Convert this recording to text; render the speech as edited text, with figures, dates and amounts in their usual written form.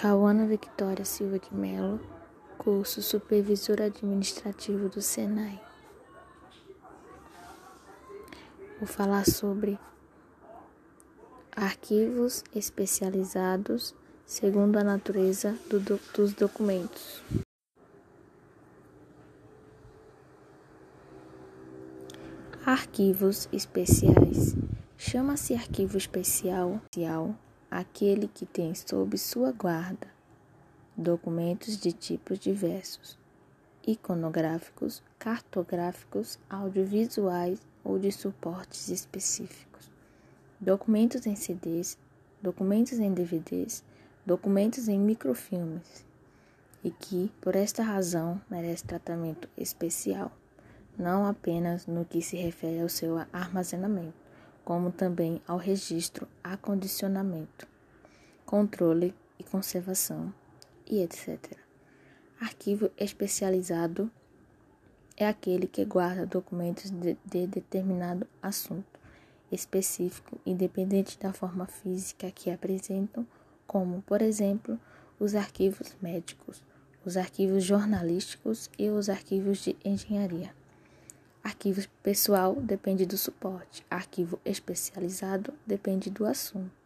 Cauana Victoria Silva de Mello, curso Supervisor Administrativo do Senai. Vou falar sobre arquivos especializados segundo a natureza dos documentos. Arquivos especiais. Chama-se arquivo especial aquele que tem sob sua guarda documentos de tipos diversos, iconográficos, cartográficos, audiovisuais ou de suportes específicos, documentos em CDs, documentos em DVDs, documentos em microfilmes, e que, por esta razão, merece tratamento especial, não apenas no que se refere ao seu armazenamento, como também ao registro, acondicionamento, controle e conservação, e etc. Arquivo especializado é aquele que guarda documentos de determinado assunto específico, independente da forma física que apresentam, como, por exemplo, os arquivos médicos, os arquivos jornalísticos e os arquivos de engenharia. Arquivo pessoal depende do suporte, arquivo especializado depende do assunto.